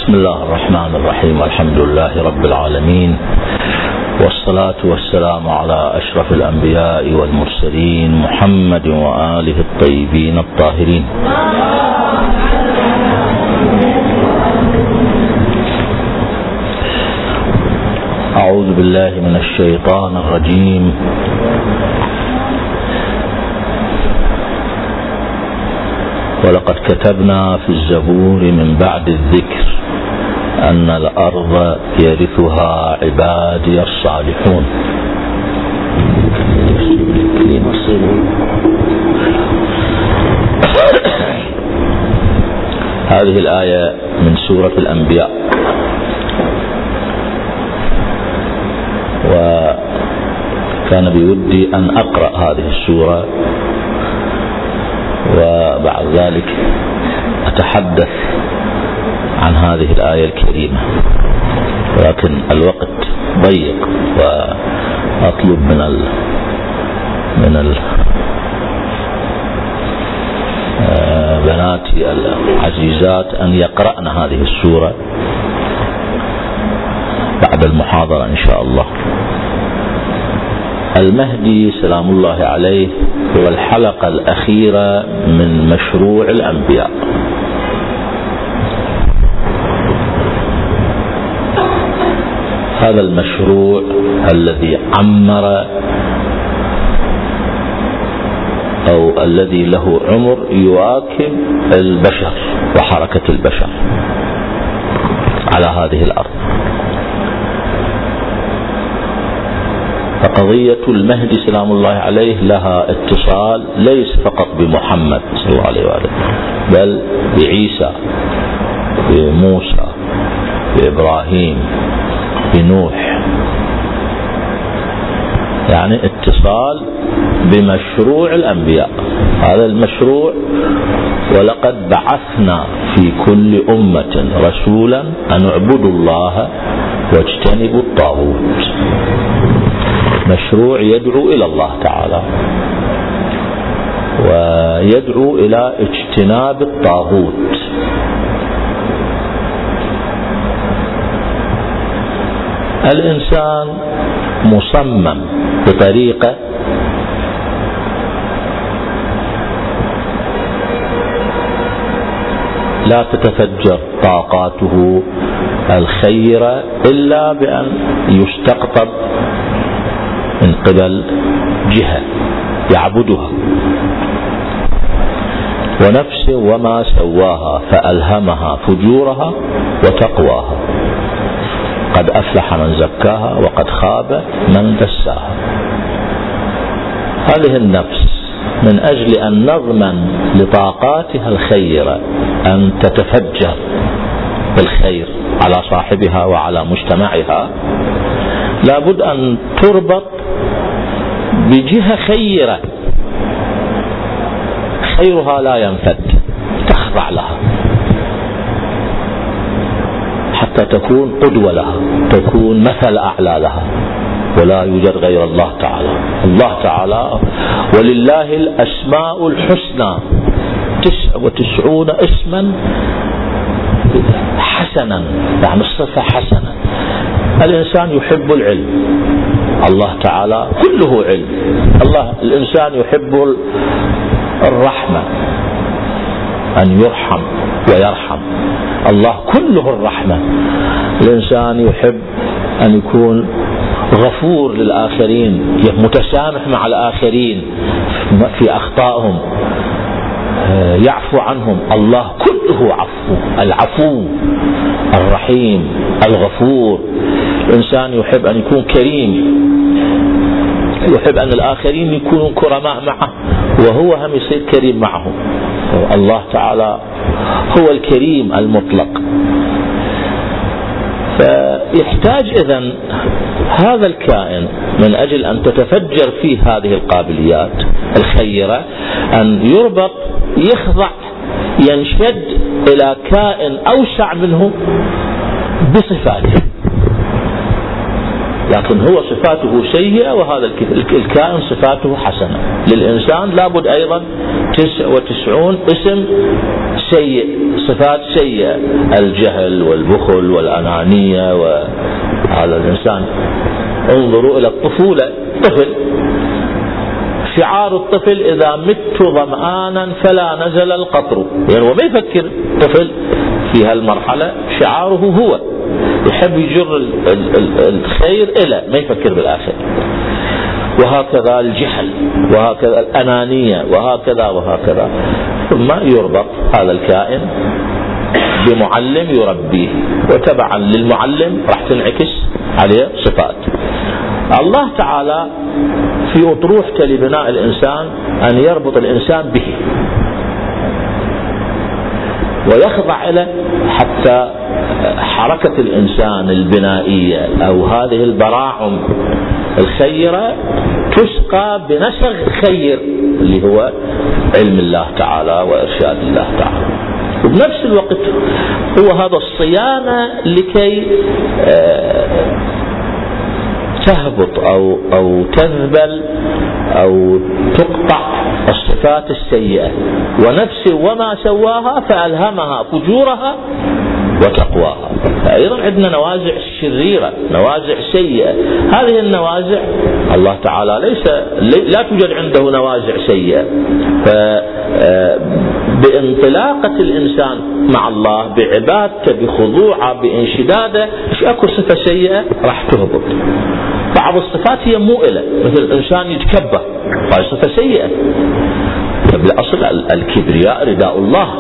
بسم الله الرحمن الرحيم. الحمد لله رب العالمين، والصلاة والسلام على أشرف الأنبياء والمرسلين محمد وآله الطيبين الطاهرين. أعوذ بالله من الشيطان الرجيم. ولقد كتبنا في الزبور من بعد الذكر أن الأرض يرثها عبادي الصالحون. هذه الآية من سورة الأنبياء، وكان بودي أن أقرأ هذه السورة وبعد ذلك أتحدث عن هذه الآية الكريمة، ولكن الوقت ضيق، وأطلب من بناتي العزيزات أن يقرأن هذه السورة بعد المحاضرة إن شاء الله. المهدي سلام الله عليه هو الحلقة الأخيرة من مشروع الأنبياء. هذا المشروع الذي عمر أو الذي له عمر يواكب البشر وحركة البشر على هذه الأرض. فقضية المهدي سلام الله عليه لها اتصال ليس فقط بمحمد صلى الله عليه وآله، بل بعيسى، بموسى، بإبراهيم، بنوح، يعني اتصال بمشروع الأنبياء. هذا المشروع: ولقد بعثنا في كل أمة رسولا أن اعبدوا الله واجتنبوا الطاغوت. مشروع يدعو إلى الله تعالى ويدعو إلى اجتناب الطاغوت. الإنسان مصمم بطريقة لا تتفجر طاقاته الخيرة إلا بأن يستقطب من قبل جهة يعبدها. ونفس وما سواها فألهمها فجورها وتقواها، قد أفلح من زكاها وقد خاب من دساها. هذه النفس من أجل أن نضمن لطاقاتها الخيرة أن تتفجر بالخير على صاحبها وعلى مجتمعها، لابد أن تربط بجهة خيرة خيرها لا ينفد، تخضع لها حتى تكون قدوة لها، تكون مثل أعلى لها. ولا يوجد غير الله تعالى. الله تعالى ولله الأسماء الحسنى 99 اسما حسنا، يعني الصفة حسنة. الإنسان يحب العلم، الله تعالى كله علم. الإنسان يحب الرحمة، أن يرحم ويرحم، الله كله الرحمة. الإنسان يحب أن يكون غفور للآخرين، متسامح مع الآخرين في أخطائهم، يعفو عنهم. الله كله عفو، العفو الرحيم الغفور. الإنسان يحب أن يكون كريم، يحب أن الآخرين يكونوا كرماء معه وهو هم يصير كريم معهم. الله تعالى هو الكريم المطلق. فيحتاج إذن هذا الكائن من أجل أن تتفجر فيه هذه القابليات الخيرة أن يربط، يخضع، ينشد إلى كائن أوسع منه بصفاته، لكن هو صفاته سيئة وهذا الكائن صفاته حسنة. للإنسان لابد أيضا 99 اسم سيء، صفات سيئة، الجهل والبخل والأنانية، وهذا الإنسان. انظروا إلى الطفولة، طفل، شعار الطفل إذا مت ظمآنا فلا نزل القطر، يعني هو ما يفكر طفل في هالمرحلة، شعاره هو يحب يجر الخير إلى، ما يفكر بالآخر. وهكذا الجهل، وهكذا الأنانية، وهكذا وهكذا. ثم يربط هذا الكائن بمعلم يربيه، وتبعا للمعلم راح تنعكس عليه صفات. الله تعالى في أطروحته لبناء الإنسان أن يربط الإنسان به ويخضع له، حتى حركة الإنسان البنائية أو هذه البراعم الخيرة تسقى بنسغ خير اللي هو علم الله تعالى وإرشاد الله تعالى. وبنفس الوقت هو هذا الصيانة لكي تهبط أو تذبل أو تقطع الصفات السيئة. ونفس وما سواها فألهمها فجورها وتقواها. فأيضا عندنا نوازع شريرة، نوازع سيئة. هذه النوازع الله تعالى لا توجد عنده نوازع سيئة. بانطلاقة الإنسان مع الله، بعبادته، بخضوعه، بانشداده، مش أكو صفة سيئة راح تهبط. بعض الصفات هي مؤلة، مثل الإنسان يتكبر، هذه صفة سيئة. بالأصل الكبرياء رداء الله.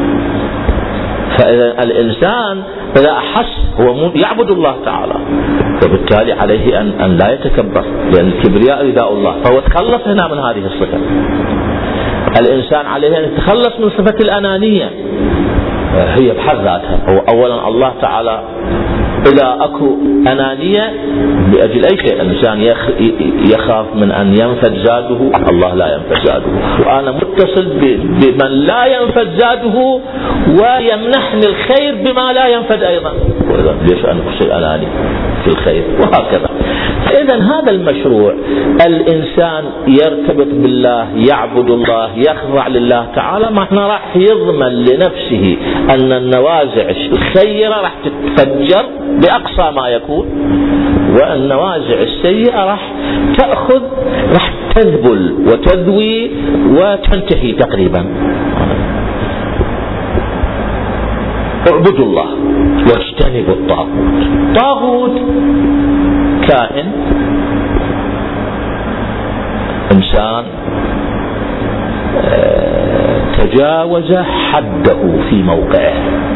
فإذا الإنسان إذا أحس هو يعبد الله تعالى، وبالتالي عليه أن لا يتكبر، لأن الكبرياء رداء الله، فهو تخلص هنا من هذه الصفة. الإنسان عليه أن يتخلص من صفة الأنانية، هي بحد ذاتها. هو أولا الله تعالى إذا أكو أنانية بأجل أي شيء، الإنسان يخاف من أن ينفد زاده، الله لا ينفد زاده، وأنا متصل بمن لا ينفد زاده ويمنحني الخير بما لا ينفد أيضا، وإذا ليش أنا أكسر أناني في الخير، وهكذا. إذا هذا المشروع، الإنسان يرتبط بالله، يعبد الله، يخضع لله تعالى، ما احنا راح يضمن لنفسه أن النوازع الخيرة راح تتفجر بأقصى ما يكون، والنوازع السيئة راح تأخذ، راح تذبل وتذوي وتنتهي تقريبا. اعبدوا الله واجتنبوا الطاغوت. طاغوت كائن، إنسان تجاوز حده في موقعه،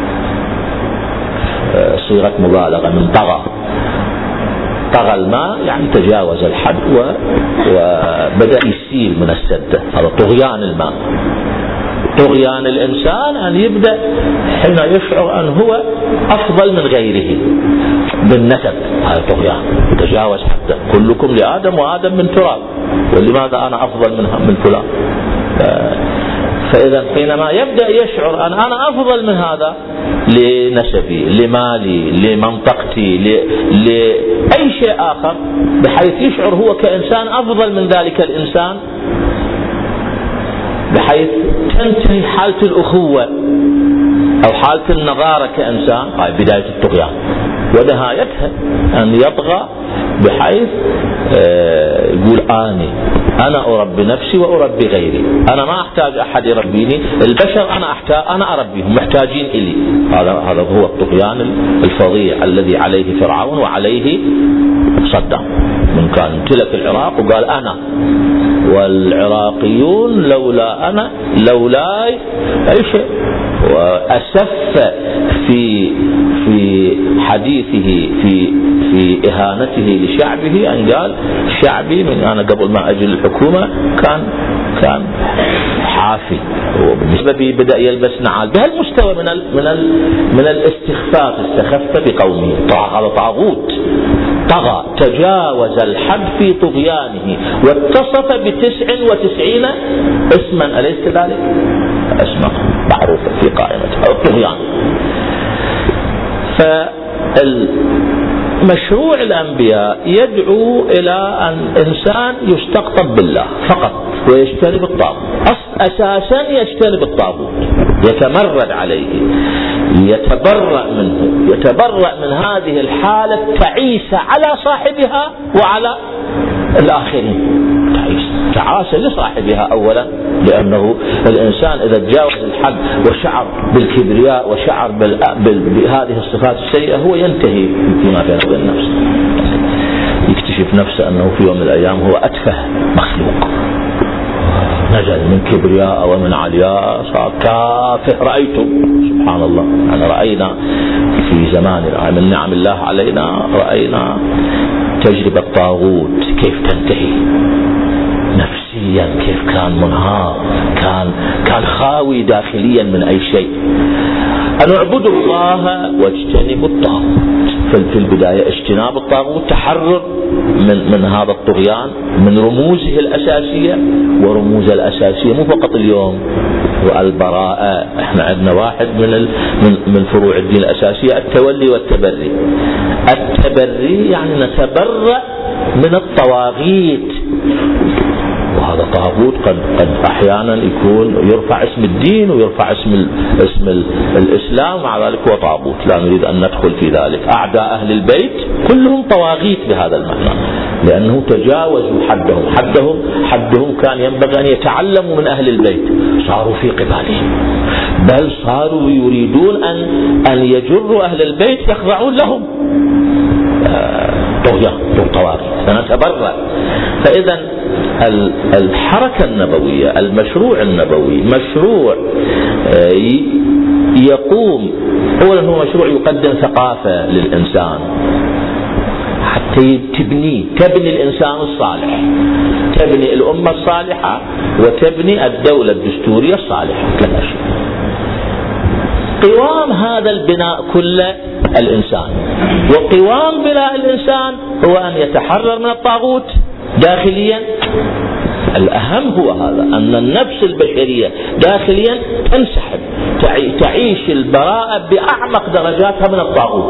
صيغة مبالغة من طغى الماء، يعني تجاوز الحد وبدأ يسيل من السدة، هذا طغيان الماء. طغيان الإنسان أن يبدأ حين يشعر أن هو أفضل من غيره بالنسب، هذا طغيان، تجاوز حده. كلكم لآدم وآدم من تراب، ولماذا أنا أفضل من فلان؟ فإذا حينما يبدأ يشعر أن أنا أفضل من هذا لنسبي، لمالي، لمنطقتي، لأي شيء آخر، بحيث يشعر هو كإنسان أفضل من ذلك الإنسان، بحيث تنتهي حالة الأخوة أو حالة النظارة كإنسان، هاي بداية الطغيان. ونهايتها أن يطغى بحيث يقول أنا أربي نفسي وأربي غيري، أنا ما أحتاج أحد يربيني، البشر أنا أربيهم، محتاجين إلي. هذا هو الطغيان الفظيع الذي عليه فرعون وعليه صدام. من كان امتلك العراق وقال أنا، والعراقيون لولا أنا لولاي أي شيء. وأسف في حديثه في إهانته لشعبه أن قال شعبي من أنا قبل ما أجي الحكومة كان حافي، وبالنسبة بدأ يلبس نعال. بهالمستوى من الاستخفاف، استخف بقومه. هذا طاغوت، طغى، تجاوز الحد في طغيانه، واتصف ب99 اسما، أليس كذلك؟ اسماء معروفة في قائمة الطغيان. فمشروع الأنبياء يدعو إلى أن إنسان يستقطب بالله فقط ويجتنب الطاغوت، أساسا يجتنب الطاغوت. يتمرد عليه، يتبرأ منه، يتبرأ من هذه الحالة تعيسة على صاحبها وعلى الآخرين. تعاسة لصاحبها أولا، لأنه الإنسان إذا تجاوز الحد وشعر بالكبرياء وشعر بهذه الصفات السيئة هو ينتهي فيما بينه وبين نفسه، يكتشف نفسه أنه في يوم من الأيام هو أتفه مخلوق، نزل من كبرياء ومن علياء صار كافه. رأيتم سبحان الله، يعني رأينا في زماننا من نعم الله علينا، رأينا تجربة طاغوت كيف تنتهي نفسيا، كيف كان منهار، كان خاوي داخليا من أي شيء. أن اعبدوا الله واجتنبوا الطاغوت. في البداية اجتناب الطاغوت، تحرر من هذا الطغيان، من رموزه الأساسية. ورموزه الأساسية مو فقط اليوم والبراءة، احنا عندنا واحد من فروع الدين الأساسية التولي والتبري. التبري يعني نتبرأ من الطواغيت، وهذا طاغوت قد أحيانا يكون يرفع اسم الدين ويرفع اسم الإسلام، مع ذلك هو طاغوت، لا نريد أن ندخل في ذلك. أعداء أهل البيت كلهم طواغيت بهذا المعنى، لأنه تجاوزوا حدهم كان ينبغي أن يتعلموا من أهل البيت، صاروا في قبالهم، بل صاروا يريدون أن يجروا أهل البيت يخضعون لهم. طواغيت سنتبرأ. فإذا الحركة النبوية، المشروع النبوي مشروع يقوم أولا، هو مشروع يقدم ثقافة للإنسان حتى تبني الإنسان الصالح، تبني الأمة الصالحة وتبني الدولة الدستورية الصالحة. ثلاث أشياء. قوام هذا البناء كله الإنسان، وقوام بناء الإنسان هو أن يتحرر من الطاغوت داخليا. الأهم هو هذا، أن النفس البشرية داخليا تنسحب، تعيش البراءة بأعمق درجاتها من الطاغوت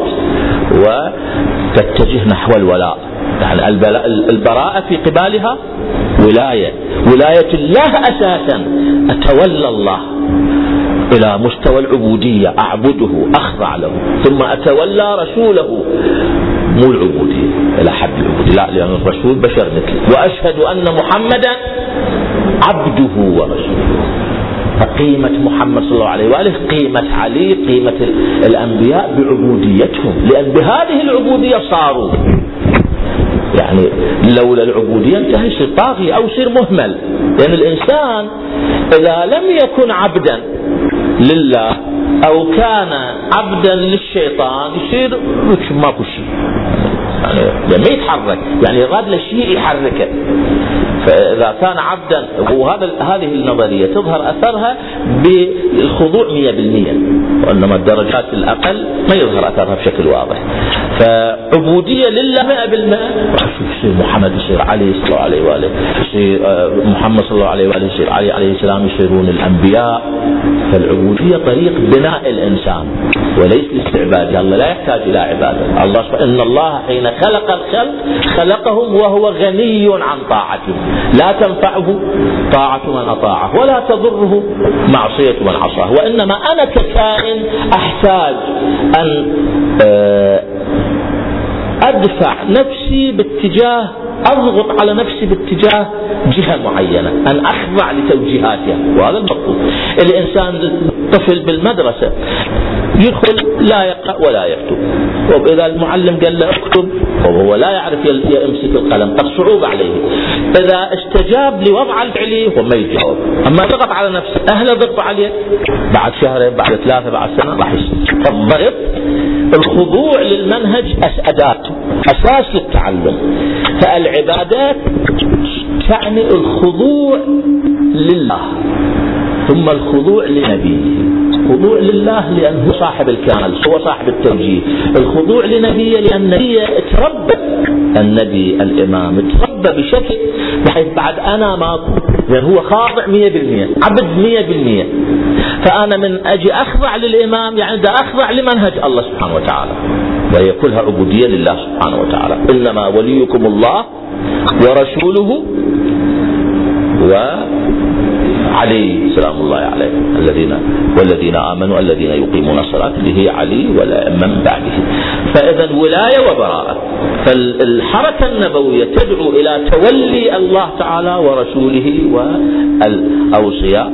وتتجه نحو الولاء. يعني البراءة في قبالها ولاية الله أساسا، أتولى الله إلى مستوى العبودية، أعبده أخضع له، ثم أتولى رسوله، مو العبودية إلى حد العبودية، لا، لأن الرسول بشر مثله. وأشهد أن محمدا عبده ورسوله. فقيمة محمد صلى الله عليه وآله، قيمة علي، قيمة الأنبياء بعبوديتهم، لأن بهذه العبودية صاروا، يعني لولا العبودية انتهى يصير طاغي أو يصير مهمل. لأن الإنسان إذا لم يكن عبدا لله أو كان عبدا للشيطان يصير ماكو شيء، يعني لما يتحرك يعني يراد له شيء يحركه. فإذا كان عبدا، هذه النظرية تظهر أثرها بالخضوع 100%، وإنما الدرجات الأقل ما يظهر أثرها بشكل واضح. فعبودية لله 100%. يصير محمد يصير علي صلى الله عليه وآله، يصير محمد صلى الله عليه وآله، يصير علي عليه السلام، يصيرون الأنبياء. فالعبودية طريق بناء الإنسان وليس الاستعباد. الله لا يحتاج إلى عبادة. الله سبحانه إن الله حين خلق الخلق خلقهم وهو غني عن طاعتهم، لا تنفعه طاعة من أطاعه ولا تضره معصية من عصاه. وإنما أنا ككائن أحتاج أن أدفع نفسي باتجاه، أضغط على نفسي باتجاه جهة معينة، أن أخضع لتوجيهاتها، وهذا المطلوب. الإنسان طفل بالمدرسة يدخل لا يقرأ ولا يكتب، وإذا المعلم قال له اكتب وهو لا يعرف يمسك القلم قد صعوبة عليه. إذا استجاب لوضع الفعلي هو ما يجاوب، أما ضغط على نفسه، أهله ضغط عليه، بعد شهرين بعد 3 بعد سنة راح يصير. فالضغط، الخضوع للمنهج أساس للتعلم. فالعبادات تعني الخضوع لله، ثم الخضوع لنبيه. الخضوع لله لأنه صاحب الكمال، هو صاحب التوجيه. الخضوع لنبيه لأن النبي تربى، النبي الإمام تربى بشكل بحيث بعد أنا ما لأن هو خاضع 100%، عبد 100%. فأنا من أجي أخضع للإمام يعني دا أخضع لمنهج الله سبحانه وتعالى، وهي كلها عبودية لله سبحانه وتعالى. إنما وليكم الله ورسوله علي سلام الله عليه، والذين آمنوا الذين يقيمون الصلاة اللي هي علي والأئمة من بعده. فإذا ولاية وبراءة. فالحركة النبوية تدعو إلى تولي الله تعالى ورسوله والأوصياء،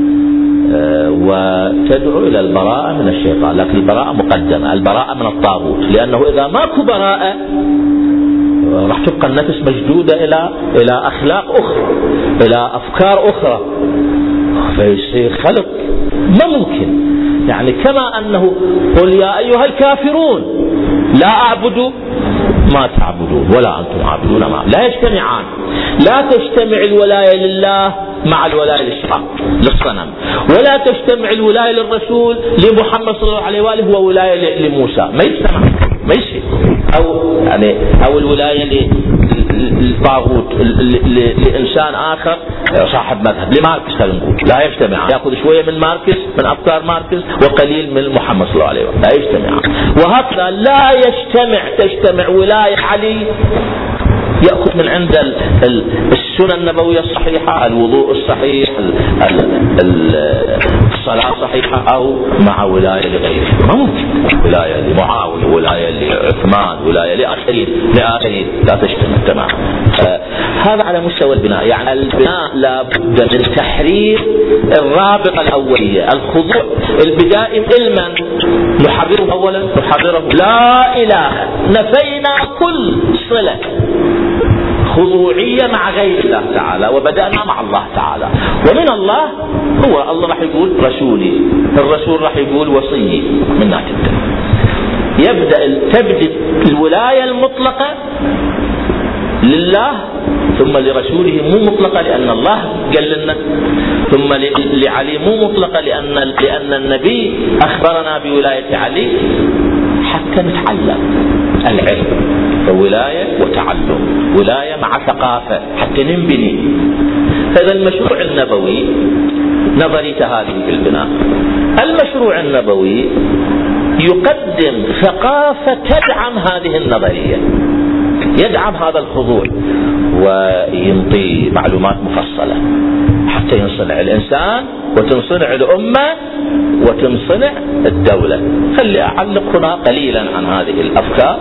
وتدعو إلى البراءة من الشيطان، لكن البراءة مقدمة، البراءة من الطاغوت، لأنه إذا ماكو براءة راح تبقى النفس مشدودة إلى أخلاق أخرى، إلى أفكار أخرى، فيصير خلق ما ممكن. يعني كما أنه قل يا أيها الكافرون لا أعبد ما تعبدون ولا أنتم عابدون ما، لا يجتمعان. لا تجتمع الولاية لله مع الولاية للصنم، ولا تجتمع الولاية للرسول لمحمد صلى الله عليه وآله وولاية لموسى، ما يجتمع، ما يصير. أو الولاية للطاغوت لإنسان آخر صاحب مذهب، لماركس نقول لا يجتمع، يأخذ شوية من ماركس، من أفكار ماركس، وقليل من محمد صلى الله عليه وسلم، لا يجتمع. وهكذا لا تجتمع ولاية علي يأخذ من عند السنة النبوية الصحيحة، الوضوء الصحيح، الصلاة الصحيحة، أو مع ولاية لغيره، ما ممكن. ولاية لمعاوية، ولاية لعثمان، ولاية لآخرين لا تجتمع تماما. هذا على مستوى البناء. يعني البناء لابد من تحرير الرابطة الأولية، الخضوع البدائي. علما نحرره أولا، نحرره لا إله، نفينا كل صلة خضوعية مع غير الله تعالى، وبدأنا مع الله تعالى. ومن الله هو الله راح يقول رسولي، الرسول راح يقول وصيي، منها تبدأ الولاية المطلقة لله، ثم لرسوله مو مطلقة لأن الله قال لنا، ثم لعلي مو مطلقة لأن النبي أخبرنا بولاية علي، حتى نتعلم العلم. فولاية وتعلم، ولاية مع ثقافة حتى ننبني. هذا المشروع النبوي نظرية هذه في البناء. المشروع النبوي يقدم ثقافة تدعم هذه النظرية، يدعم هذا الخضوع، وينطي معلومات مفصلة حتى ينصنع الإنسان وتنصنع الأمة وتنصنع الدولة. خلي أعلق هنا قليلا عن هذه الأفكار.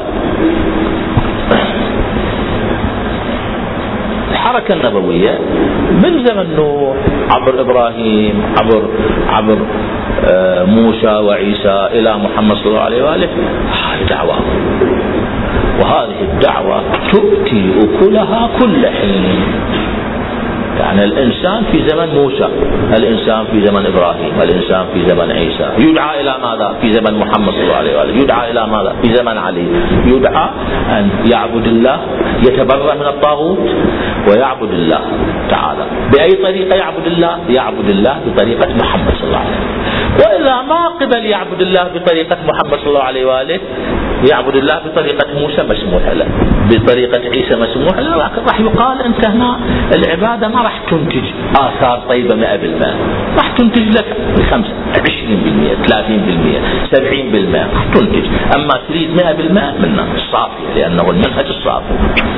الحركة النبوية من زمن نوح عبر إبراهيم عبر موسى وعيسى إلى محمد صلى الله عليه وآله، هذه دعوة، وهذه الدعوة تؤتي أكلها كل حين. يعني الإنسان في زمن موسى، الإنسان في زمن إبراهيم، الإنسان في زمن عيسى، يدعى إلى ماذا؟ في زمن محمد صلى الله عليه وآله يدعى إلى ماذا؟ في زمن علي يدعى أن يعبد الله، يتبرأ من الطاغوت ويعبد الله تعالى. بأي طريقة يعبد الله؟ يعبد الله بطريقة محمد صلى الله عليه وآله. وإذا ما قبل يعبد الله بطريقة محمد صلى الله عليه وآله، يعبد الله بطريقة موسى مسموح له، بطريقة عيسى مسموح له، لكن راح يقال أنت هنا العبادة ما راح تنتج آثار طيبة 100%، راح تنتج لك 20%، 30%، 70% راح تنتج. أما تريد 100% منها الصافية، لأنه المنهج الصافي.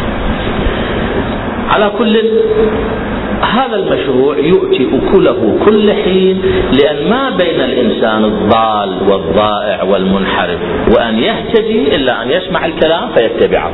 على كل هذا المشروع يؤتي أكله كل حين، لأن ما بين الإنسان الضال والضائع والمنحرف وأن يهتدي إلا أن يسمع الكلام فيتبعه.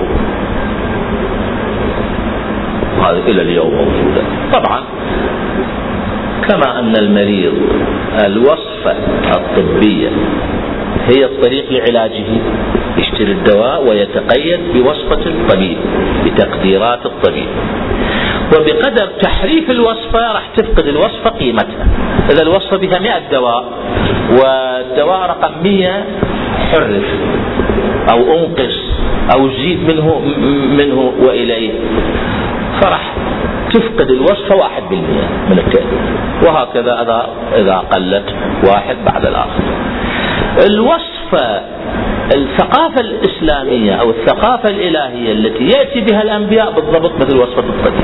وهذا إلى اليوم موجودة. طبعا كما أن المريض الوصفة الطبية هي الطريق لعلاجه، يشتري الدواء ويتقيد بوصفة الطبيب، بتقديرات الطبيب، وبقدر تحريف الوصفة راح تفقد الوصفة قيمتها. إذا الوصفة بها 100 دواء والدواء رقم 100 حرف أو أنقص أو زيد منه وإليه، فرح تفقد الوصفة 1% من التأثير، وهكذا إذا قلت واحد بعد الآخر. الوصفة الثقافة الإسلامية أو الثقافة الإلهية التي يأتي بها الأنبياء بالضبط مثل وصفة الطبيب.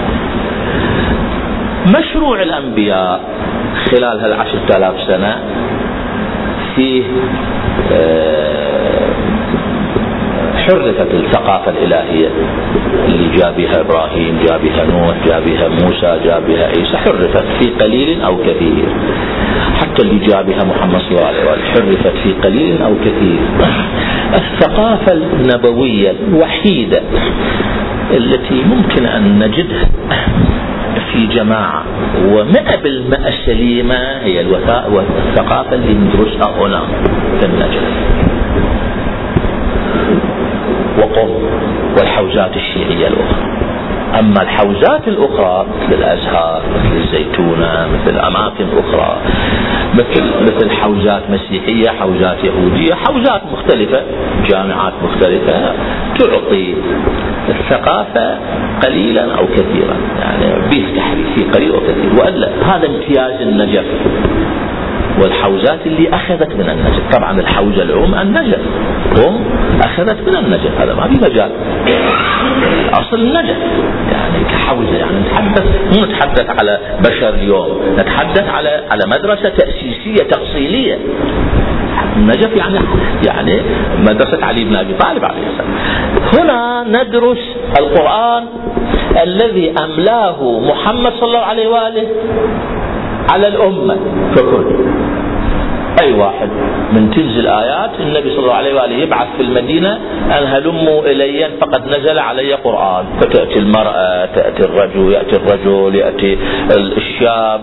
مشروع الأنبياء خلال 10,000 سنة فيه حرفت الثقافة الإلهية اللي جاء بها إبراهيم، جاء بها نوح، جاء بها موسى، جاء بها عيسى، حرفت في قليل أو كثير. حتى اللي جاء بها محمد صلى الله عليه وسلم حرفت في قليل أو كثير. الثقافة النبوية الوحيدة التي ممكن أن نجدها في جماعة و100% سليمة هي الثقافة اللي ندرسها هنا في النجف وقم والحوزات الشيعية الأخرى. أما الحوزات الأخرى مثل الأزهر، مثل الزيتونة، مثل أماكن أخرى، مثل حوزات مسيحية، حوزات يهودية، حوزات مختلفة، جامعات مختلفة تعطي الثقافة قليلا أو كثيرا، يعني به تحريف في قليل أو كثير. وإلا هذا امتياز النجف والحوزات اللي أخذت من النجف. طبعا الحوزة العم النجف، هم أخذت من النجف، هذا ما في مجال، أصل النجف يعني كحوزة. يعني مو نتحدث على بشر اليوم، نتحدث على مدرسة تأسيسية تفصيلية. النجف يعني مدرسة علي بن أبي طالب عليه السلام. هنا ندرس القرآن الذي أملاه محمد صلى الله عليه وآله على الأمة ككل. أي واحد من تنزل آيات النبي صلى الله عليه وآله يبعث في المدينة أن هلموا إلي فقد نزل علي قرآن، فتأتي المرأة، تأتي الرجل، يأتي الرجل، يأتي الشاب،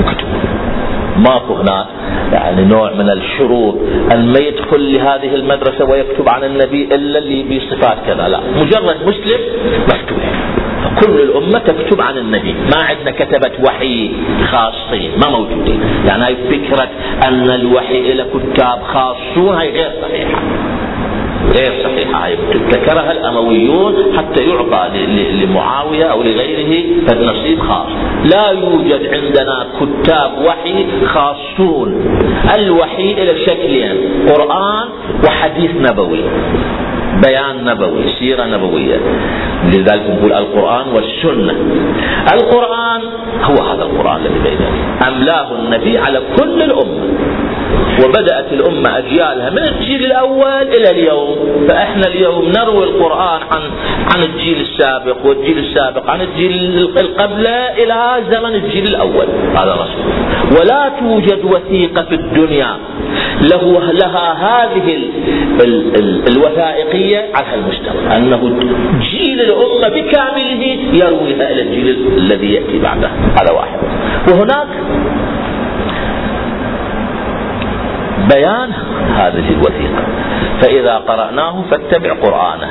ماكو هناك يعني نوع من الشروط أن ما يدخل لهذه المدرسة ويكتب عن النبي إلا اللي بصفات كذا، لا، مجرد مسلم مفتوح. كل الأمة تكتب عن النبي، ما عندنا كتبة وحي خاصين، ما موجودين. يعني هاي فكرة أن الوحي إلى كتاب خاصون هاي غير صحيحة، غير صحيحة. هاي ابتكرها الأمويون حتى يعطى لمعاوية أو لغيره فالنصيب خاص. لا يوجد عندنا كتاب وحي خاصون. الوحي إلى شكلين: قرآن وحديث نبوي، بيان نبوي، سيرة نبوية. لذلك نقول القرآن والسنة. القرآن هو هذا القرآن الذي بيننا، أملاه النبي على كل الأمة، وبدأت الأمة أجيالها من الجيل الأول إلى اليوم. فإحنا اليوم نروي القرآن عن الجيل السابق، والجيل السابق عن الجيل القبل إلى زمن الجيل الأول. هذا رسول. ولا توجد وثيقة في الدنيا لها هذه الوثائقية على المستوى، أنه جيل الأمة بكامله يرويها إلى الجيل الذي يأتي بعده. هذا واحد. وهناك بيان هذه الوثيقة، فإذا قرأناه فاتبع قرآنه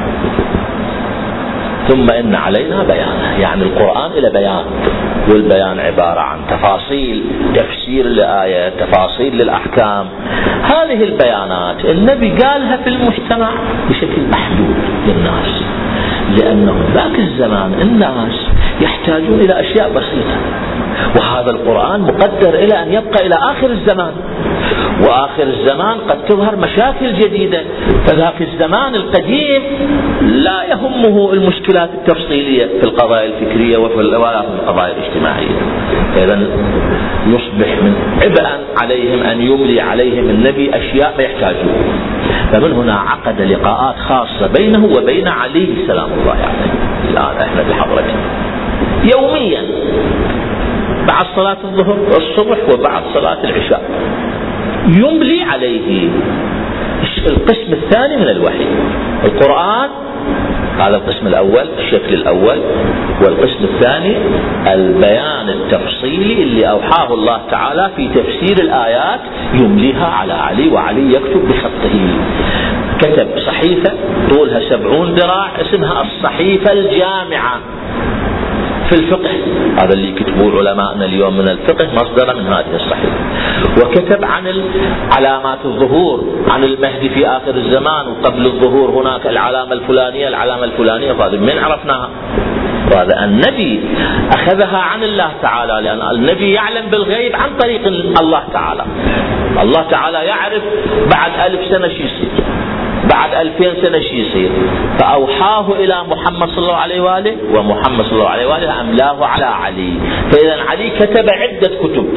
ثم إن علينا بيانه. يعني القرآن إلى بيان، والبيان عبارة عن تفاصيل، تفسير لآية، تفاصيل للأحكام. هذه البيانات النبي قالها في المجتمع بشكل محدود للناس، لأنه ذاك الزمان الناس يحتاجون إلى أشياء بسيطة، وهذا القرآن مقدر إلى أن يبقى إلى آخر الزمان، وآخر الزمان قد تظهر مشاكل جديدة. فذاك الزمان القديم لا يهمه المشكلات التفصيلية في القضايا الفكرية وفي القضايا الاجتماعية. فإذا يصبح من عبئا عليهم أن يملي عليهم النبي أشياء ما يحتاجون. فمن هنا عقد لقاءات خاصة بينه وبين علي سلام الله عليه. الآن احنا بحضرته يوميا بعد صلاة الظهر والصبح وبعد صلاة العشاء يملي عليه القسم الثاني من الوحي. القرآن هذا القسم الأول، الشكل الأول، والقسم الثاني البيان التفصيلي اللي أوحاه الله تعالى في تفسير الآيات يمليها على علي، وعلي يكتب بخطه. كتب صحيفة طولها 70 ذراع اسمها الصحيفة الجامعة في الفقه، هذا اللي كتبوه علماءنا اليوم من الفقه مصدرا من هذه الصحيفة. وكتب عن علامات الظهور، عن المهدي في آخر الزمان، وقبل الظهور هناك العلامة الفلانية العلامة الفلانية. فهذا من عرفناها؟ وهذا النبي أخذها عن الله تعالى، لأن النبي يعلم بالغيب عن طريق الله تعالى. الله تعالى يعرف بعد 1000 سنة شو يصير، بعد 2000 سنة شو يصير، فأوحاه إلى محمد صلى الله عليه وآله، ومحمد صلى الله عليه وآله أملاه على علي. فإذا علي كتب عدة كتب،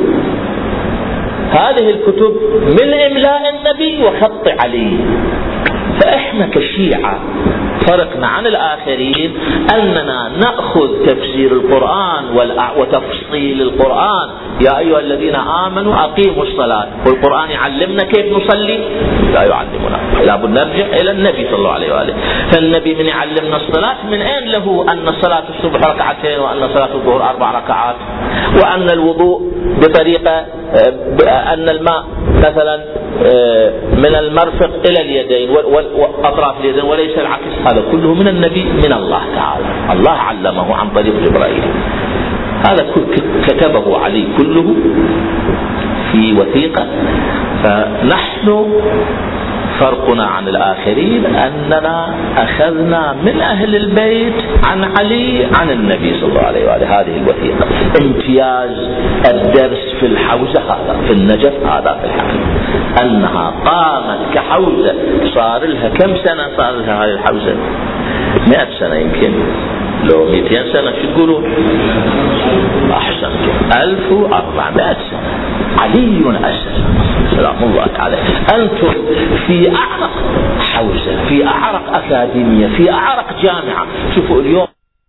هذه الكتب من إملاء النبي وخط علي. فإحنا احنا كشيعة فرقنا عن الآخرين أننا نأخذ تفسير القرآن وتفصيل القرآن. يا أيها الذين آمنوا أقيموا الصلاة، والقرآن يعلمنا كيف نصلي؟ لا يعلمنا، لابد نرجع إلى النبي صلى الله عليه وآله. فالنبي من يعلمنا الصلاة، من أين له أن صلاة الصبح ركعتين وأن صلاة الظهر 4 ركعات، وأن الوضوء بطريقة أن الماء مثلا من المرفق إلى اليدين وأطراف اليدين وليس العكس؟ هذا كله من النبي، من الله تعالى، الله علمه عن طريق جبرائيل. هذا كتبه علي كله في وثيقة. فنحن فرقنا عن الآخرين أننا أخذنا من أهل البيت عن علي عن النبي صلى الله عليه وآله هذه الوثيقة. امتياز الدرس في الحوزة هذا في النجف هذا في الحقيقة أنها قامت كحوزة. صار لها كم سنة صار لها هذه الحوزة؟ 100 سنة يمكن، لو 200 سنة شو تقولوا؟ أحسن 1400 سنة علي أسس سلام الله عليه. أنتم في أعرق حوزة، في أعرق أكاديمية، في أعرق جامعة. شوفوا اليوم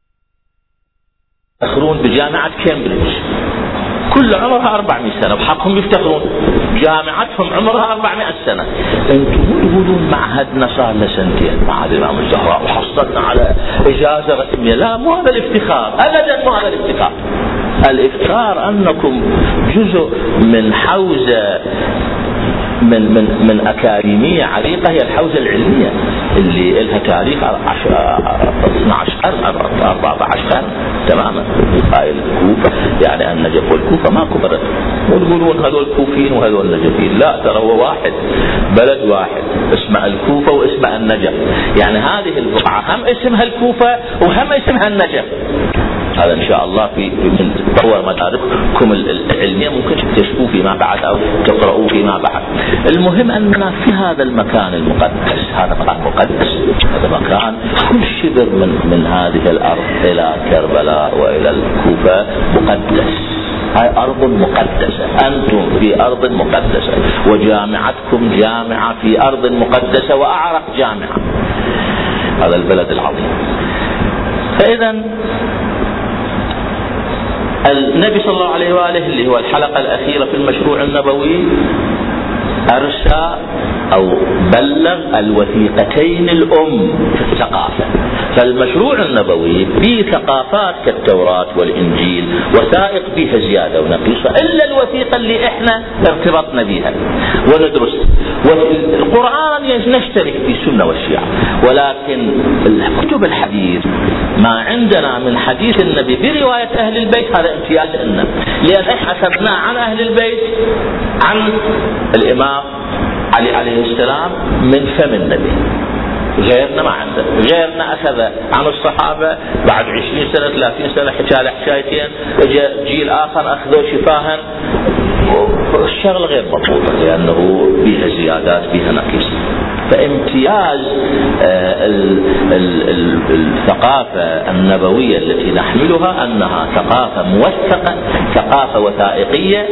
يفتخرون بجامعة كامبريدج، كل عمرها 400 سنة وحقهم يفتخرون، جامعتهم عمرها 400 سنة. انتم تقولون معهدنا صار له 2 سنين، معهد الإمام الزهراء، وحصلنا على إجازة رسمية. لا، مو هذا الافتخار أبدا، مو هذا الافتخار. الافتخار أنكم جزء من حوزة من أكاديمية عريقة، هي الحوزة العلمية اللي لها تاريخ 12 قرن 14 قرن تماما. هاي الكوفة يعني النجف والكوفة ما كبرت، وتقولون هذول كوفيين وهذول نجفين. لا، ترى هو واحد، بلد واحد اسمه الكوفة واسمه النجف. يعني هذه البقعة هم اسمها الكوفة وهم اسمها النجف. هذا إن شاء الله في من تطور مدارككم العلمية ممكن تكتشفوه فيما بعد أو تقرؤوه فيما بعد. المهم أننا في هذا المكان المقدس، هذا مكان مقدس، هذا مكان كل شبر من هذه الأرض إلى كربلاء وإلى الكوفة مقدس. هاي أرض مقدسة، أنتم في أرض مقدسة، وجامعتكم جامعة في أرض مقدسة وأعرق جامعة، هذا البلد العظيم. فإذا النبي صلى الله عليه وآله اللي هو الحلقة الأخيرة في المشروع النبوي أرسى أو بلغ الوثيقتين الأم في الثقافة. فالمشروع النبوي فيه ثقافات كالتوراة والإنجيل، وثائق فيها زيادة ونقيصة، إلا الوثيقة اللي إحنا ارتبطنا بها وندرس. والقرآن نشترك في السنة والشيعة، ولكن كتب الحديث ما عندنا من حديث النبي برواية أهل البيت هذا امتياز لنا، لأن إحنا أخذنا عن أهل البيت عن الإمام علي عليه السلام من فم النبي. غيرنا ما عنده، غيرنا أخذ عن الصحابة بعد 20 سنة 30 سنة حكايتين، جاء جيل آخر أخذوا شفاها. الشغل غير مضبوط لأنه بها زيادات بها نقيص. فامتياز الثقافة النبوية التي نحملها أنها ثقافة موثقة، ثقافة وثائقية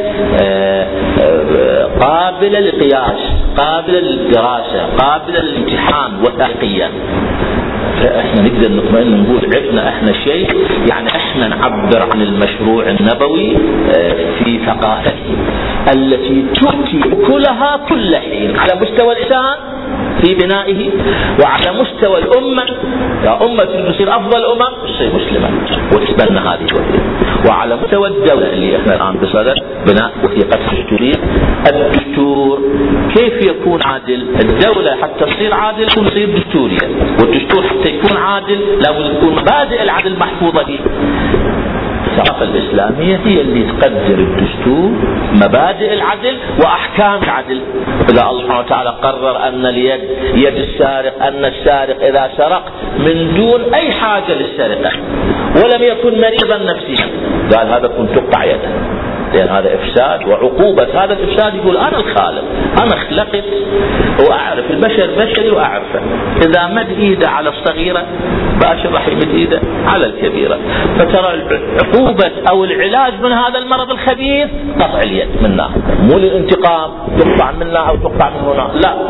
قابلة للقياس، قابلة للدراسة، قابلة للامتحان، وثائقية. فإحنا نقدر نطمئن نقول عرفنا إحنا شيء، يعني إحنا نعبر عن المشروع النبوي في ثقافته التي تؤتي كلها كل حين على مستوى الإنسان في بنائه، وعلى مستوى الأمة، يا أمة تصير أفضل أمم تصير مسلمة وتتبنى هذه الوثيقة، وعلى مستوى الدولة اللي إحنا الآن بصدد بناء وثيقة دستورية. الدستور كيف يكون عادل؟ الدولة حتى تصير عادل تصير دستورية، والدستور حتى يكون عادل لابد تكون مبادئ العدل محفوظة فيه. الثقافة الإسلامية هي اللي تقدر الدستور، مبادئ العدل وأحكام العدل. إذا الله سبحانه وتعالى قرر أن اليد يد السارق، أن السارق إذا سرق من دون أي حاجة للسرقة ولم يكن مريضا نفسيا قال هذا كنت تقطع يده، لأن هذا إفساد، وعقوبة هذا الإفساد يقول أنا الخالق، أنا خلقت وأعرف البشر بشري وأعرفه، إذا مد إيده على الصغيرة باشر راح يمد إيده على الكبيرة. فترى عقوبة أو العلاج من هذا المرض الخبيث قطع اليد منها، مو للانتقام تقطع منها أو تقطع من هنا، لا،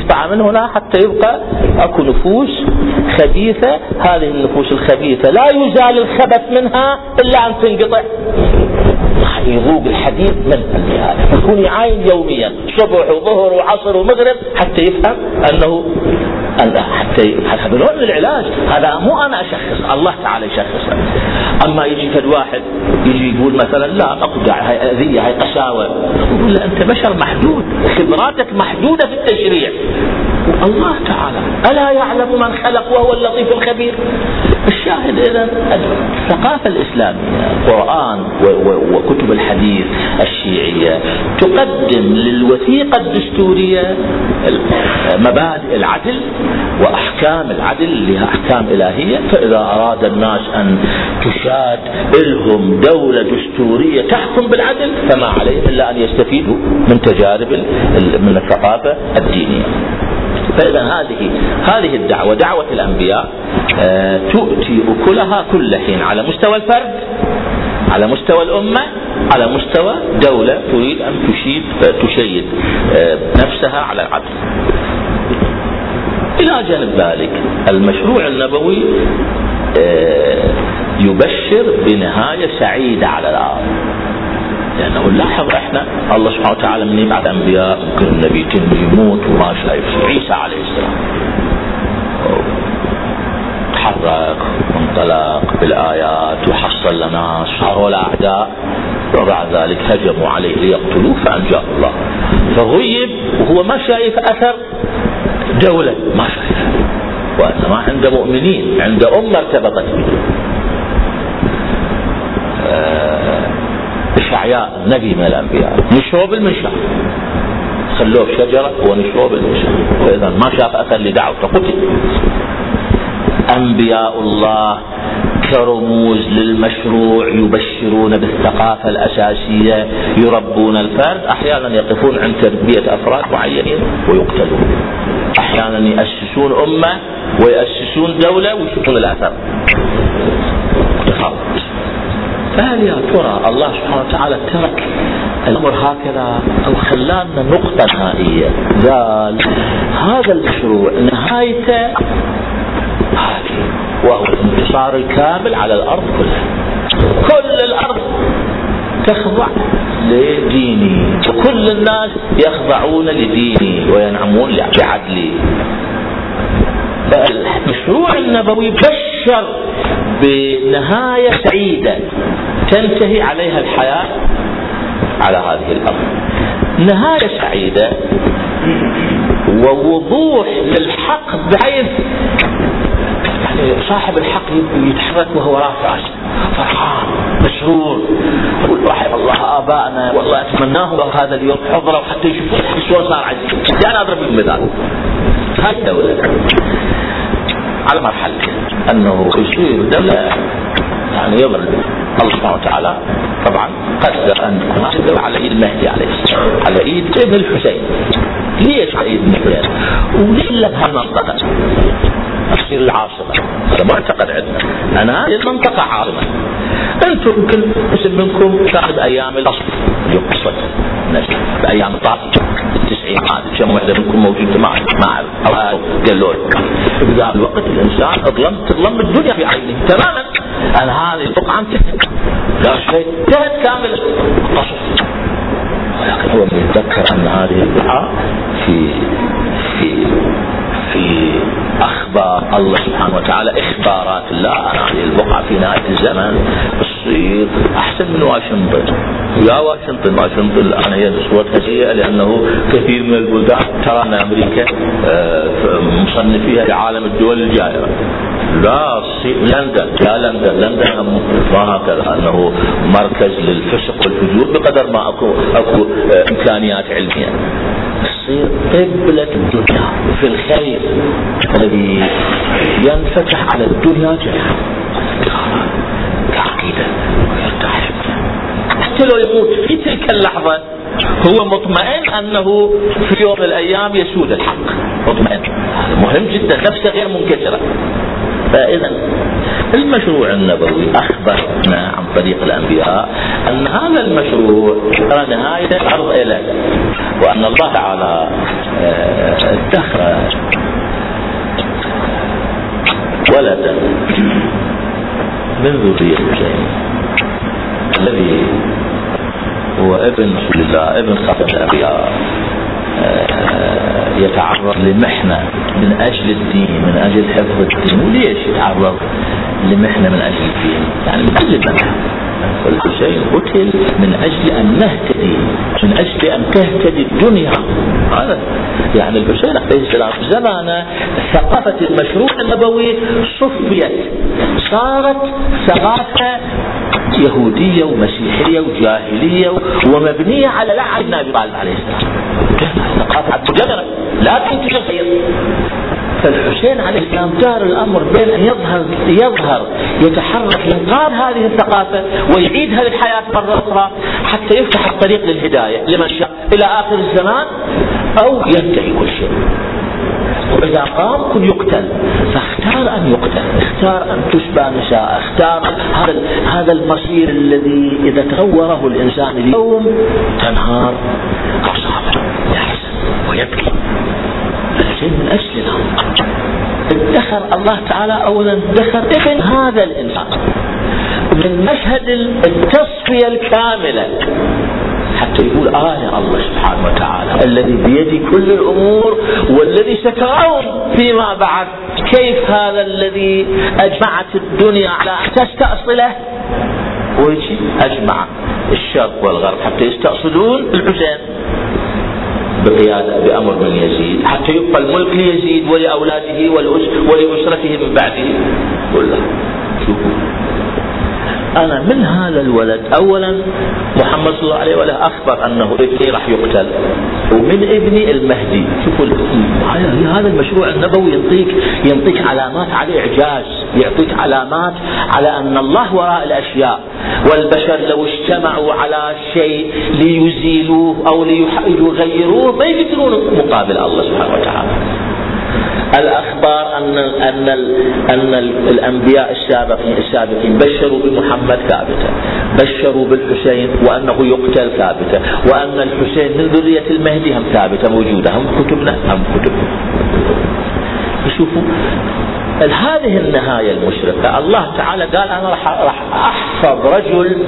يقطع من هنا حتى يبقى اكو نفوس خبيثة. هذه النفوس الخبيثة لا يزال الخبث منها الا ان تنقطع، يذوق الحديث من النهاية، يكون يعاين يوميا صبح وظهر وعصر ومغرب حتى يفهم انه هذا نوع من العلاج. هذا مو انا اشخص، الله تعالى يشخص. اما يجي كد واحد يجي يقول مثلا لا اقطع، هاي اذية، هاي قساوة، يقول له انت بشر محدود، خبراتك محدودة في التشريع. الله تعالى ألا يعلم من خلق وهو اللطيف الخبير. الشاهد إذن الثقافة الإسلامية، القرآن وكتب الحديث الشيعية تقدم للوثيقة الدستورية مبادئ العدل وأحكام العدل اللي هي أحكام إلهية. فإذا أراد الناس أن تشاد لهم دولة دستورية تحكم بالعدل فما عليهم إلا أن يستفيدوا من تجارب من الثقافة الدينية. فإذا هذه الدعوة، دعوة الأنبياء، تؤتي أكلها كل حين على مستوى الفرد، على مستوى الأمة، على مستوى دولة تريد أن تشيد نفسها على العدل. إلى جانب ذلك المشروع النبوي يبشر بنهاية سعيدة على الأرض، لأنه نلاحظ إحنا الله سبحانه وتعالى من يبعث أنبياء ممكن النبي يموت وما شايف. عيسى عليه السلام تحرك وانطلق بالآيات وحصل لنا صاروا الأعداء، وبعد ذلك هجموا عليه ليقتلوه فأنجاه الله، فغيب وهو ما شايف أثر دولة، ما شايف، وإنما عند مؤمنين، عند أمة ارتبطت به. إشعياء نبي من الأنبياء نشوه بالمنشار، خلوه بشجرة ونشوه بالمنشار، وإذا ما شاف أثر لدعوته قتل. أنبياء الله كرموز للمشروع يبشرون بالثقافة الأساسية، يربون الفرد، أحيانا يقفون عند تربية أفراد معينين ويقتلون، أحيانا يأسسون أمة ويأسسون دولة ويشوفون الأثر. فهل يا ترى الله سبحانه وتعالى ترك الأمر هكذا أو خلانا نقطة نهائية؟ قال هذا المشروع نهايته هذه، وهو الانتصار الكامل على الأرض كلها، كل الأرض تخضع لديني وكل الناس يخضعون لديني وينعمون بعدلي. المشروع النبوي بشر بنهاية سعيدة تنتهي عليها الحياة على هذه الأرض، نهاية سعيدة ووضوح للحق، بحيث صاحب الحق يتحرك وهو رافع فرحان مسرور، يقول رحم الله آبائنا والله أتمناهم هذا اليوم حضروا حتى يشوفون شلون صار عزيز. يعني أضرب المثال، هاي الدولة على مرحلة أنه يصير دولة يعني يظل الله سبحانه وتعالى طبعا قدر أن تكون على إيد المهدي عليه السلام، على إيد ابن الحسين. ليش على إيد المهدي؟ وليش هالمنطقة تصير العاصمة؟ هذا معتقد عندنا، أنا هذه المنطقة عاصمة. أنتم يمكن اسم منكم كانت أيام الأصل يقصد بأيام الطافي 90 عاد كم واحدة منكم موجودة مع أو قالوا بذا الوقت الإنسان تظلم الدنيا في عينه تماما. أنا هذه البقعة انتهت، لا شيء انتهت كامل قصف، ولكن هو يتذكر أن هذه البقعة في أخبار الله سبحانه وتعالى، إخبارات الله عن هذه البقعة في نهاية الزمن تصير أحسن من واشنطن. يا واشنطن الآن هي صورتها سيئة، لأنه كثير من البلدان ترى أن أمريكا مصنفيها لعالم الدول الجائرة. لا لندن ما هكذا، أنه مركز للفسق والفجور بقدر ما أكو إمكانيات علمية. تصير قبلة الدنيا في الخير الذي ينفتح على الدنيا جميعا كعقيدة ويرتاح حتى لو يموت في تلك اللحظة هو مطمئن أنه في يوم من الأيام يسود الحق، مطمئن. مهم جدا، نفسه غير منكسرة. فإذا المشروع النبوي أخبرنا عن طريق الأنبياء أن هذا المشروع ترى نهاية الأرض إليه، وأن الله تعالى ادخر ولدا من ذرية الحسين الذي هو ابن رسول الله، ابن خاتم الأنبياء، يتعرض لمحنة من أجل الدين، من أجل حفظ الدين. وليش يتعرض لمحنة من أجل الدين؟ يعني من أجل المنحة. والحسين قتل من أجل أن نهتدي، من أجل أن تهتدي الدنيا. هذا يعني الحسين عليه السلام زمان ثقافة المشروع النبوي صفيت، صارت ثقافة يهودية ومسيحية وجاهلية ومبنية على لعن ابن أبي طالب عليه السلام، ثقافة مجرد لا تنتج الخير. فالحسين عليه السلام دار الأمر بين أن يظهر يتحرك إنقاذ هذه الثقافة ويعيدها للحياة مرة أخرى حتى يفتح الطريق للهداية لمن شاء إلى آخر الزمان، أو ينتهي كل شيء. وإذا قام كن يقتل، فاختار أن يقتل، اختار أن تشبى نساء، اختار هذا المصير الذي إذا تغوره الإنسان اليوم تنهار أعصابه، يحزن ويبكي. الشيء من أجلنا ادخر الله تعالى أولا ادخر ابن هذا الإنسان من مشهد التصفية الكاملة حتى يقول يا الله سبحانه وتعالى الذي بيدي كل الأمور والذي سترون فيما بعد كيف هذا الذي أجمعت الدنيا على أن تستأصله ويجي أجمع الشرق والغرب حتى يستأصلون الحسين بقيادة بأمر من يزيد حتى يبقى الملك ليزيد ولأولاده ولأسرته من بعده. والله شوفوا، أنا من هذا الولد أولا محمد صلى الله عليه وآله أخبر أنه ابني راح يقتل، ومن ابني المهدي. شوفوا هذا المشروع النبوي ينطيك علامات عليه إعجاز، يعطيك علامات على أن الله وراء الأشياء، والبشر لو اجتمعوا على شيء ليزيلوه أو ليغيروه ما يقدرون مقابل الله سبحانه وتعالى. الأخبار أن الأنبياء السابقين بشروا بمحمد ثابتة، بشروا بالحسين وأنه يقتل ثابتة، وأن الحسين من ذرية المهدي هم ثابتة موجودة، هم كتبنا هم كتبنا. شوفوا هذه النهاية المشرقة. الله تعالى قال أنا راح أحفظ رجل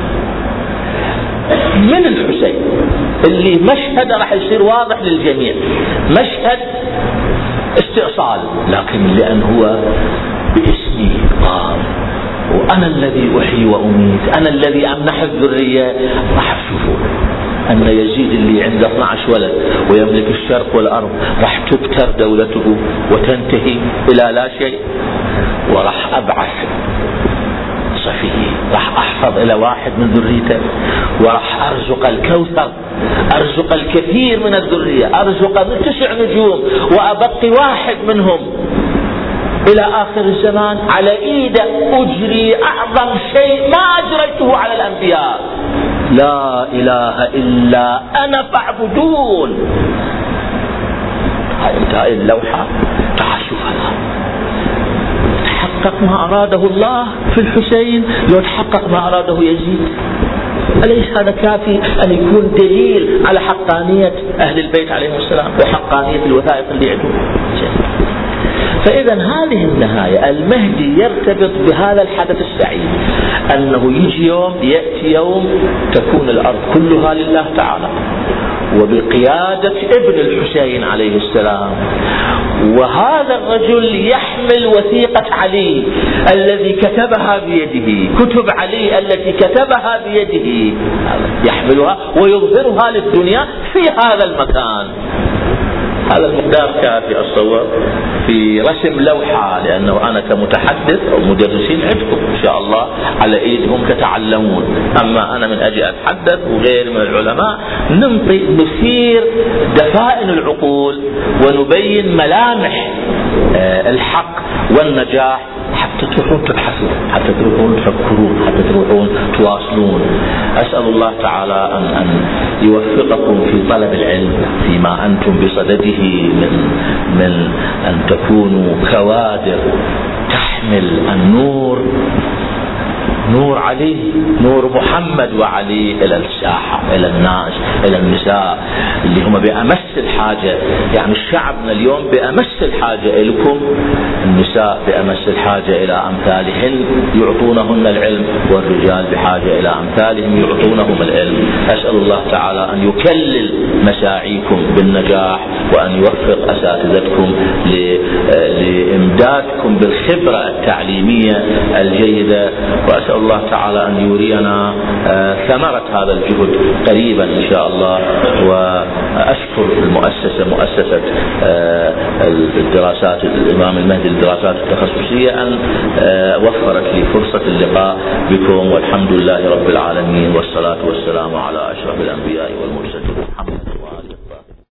من الحسين اللي مشهد راح يصير واضح للجميع، مشهد استئصال، لكن لأن هو باسمي قام وأنا الذي أحيي وأميت، أنا الذي أمنح الذرية. راح تشوفوا أن يزيد اللي عنده 12 ولد ويملك الشرق والأرض راح تبتر دولته وتنتهي إلى لا شيء، وراح أبعث صفيه، راح أحفظ إلى واحد من ذريته، وراح أرزق الكوثر، أرزق الكثير من الذرية، أرزق 9 نجوم وأبقي واحد منهم إلى آخر الزمان على إيده أجري أعظم شيء ما أجريته على الأنبياء، لا إله إلا أنا فاعبدون. هاي اللوحة تعال شوفها، تحقق ما أراده الله في الحسين لو تحقق ما أراده يزيد. أليس هذا كافي أن يكون دليل على حقانية أهل البيت عليهم السلام وحقانية الوثائق اللي عندهم؟ فإذا هذه النهاية المهدي يرتبط بهذا الحدث السعيد، أنه يأتي يوم تكون الأرض كلها لله تعالى وبقيادة ابن الحسين عليه السلام، وهذا الرجل يحمل وثيقة علي الذي كتبها بيده، كتب علي التي كتبها بيده يحملها ويظهرها للدنيا في هذا المكان. هذا المقدار كافي أتصور في رسم لوحة، لأنه أنا كمتحدث أو مدرسين عندكم إن شاء الله على إيدهم تتعلمون، أما أنا من أجل أتحدث وغير من العلماء نثير دفائن العقول ونبين ملامح الحق والنجاح حتى تروحون تبحثون، حتى تروحون تفكرون، حتى تروحون تواصلون. أسأل الله تعالى أن يوفقكم في طلب العلم فيما أنتم بصدده من أن تكونوا كوادر تحمل النور نور علي، نور محمد وعلي إلى الساحة، إلى الناس، إلى النساء اللي هم بأمس الحاجة. يعني شعبنا اليوم بأمس الحاجة إليكم، النساء بأمس الحاجة إلى أمثالهن يعطونهن العلم، والرجال بحاجة إلى أمثالهم يعطونهم العلم. أسأل الله تعالى أن يكلل مساعيكم بالنجاح، وأن يوفق أساتذتكم لإمدادكم بالخبرة التعليمية الجيدة، وأسأل الله تعالى أن يرينا ثمرة هذا الجهد قريبا إن شاء الله. وأشكر مؤسسة الدراسات الإمام المهدي للدراسات التخصصية أن وفرت لي فرصة اللقاء بكم، والحمد لله رب العالمين، والصلاة والسلام على أشرف الأنبياء والمرسلين.